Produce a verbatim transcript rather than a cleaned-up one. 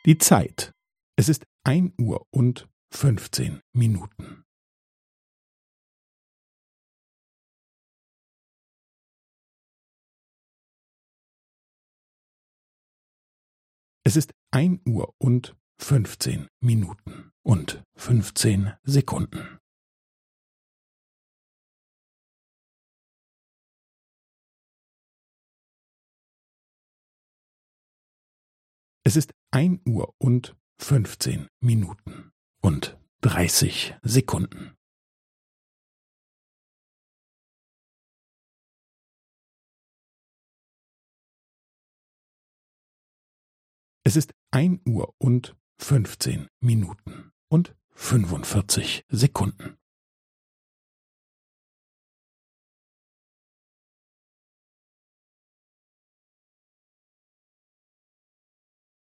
Die Zeit. Es ist ein Uhr und fünfzehn Minuten. Es ist ein Uhr und fünfzehn Minuten und fünfzehn Sekunden. Es ist ein Uhr und fünfzehn Minuten und dreißig Sekunden. Es ist ein Uhr und fünfzehn Minuten und fünfundvierzig Sekunden.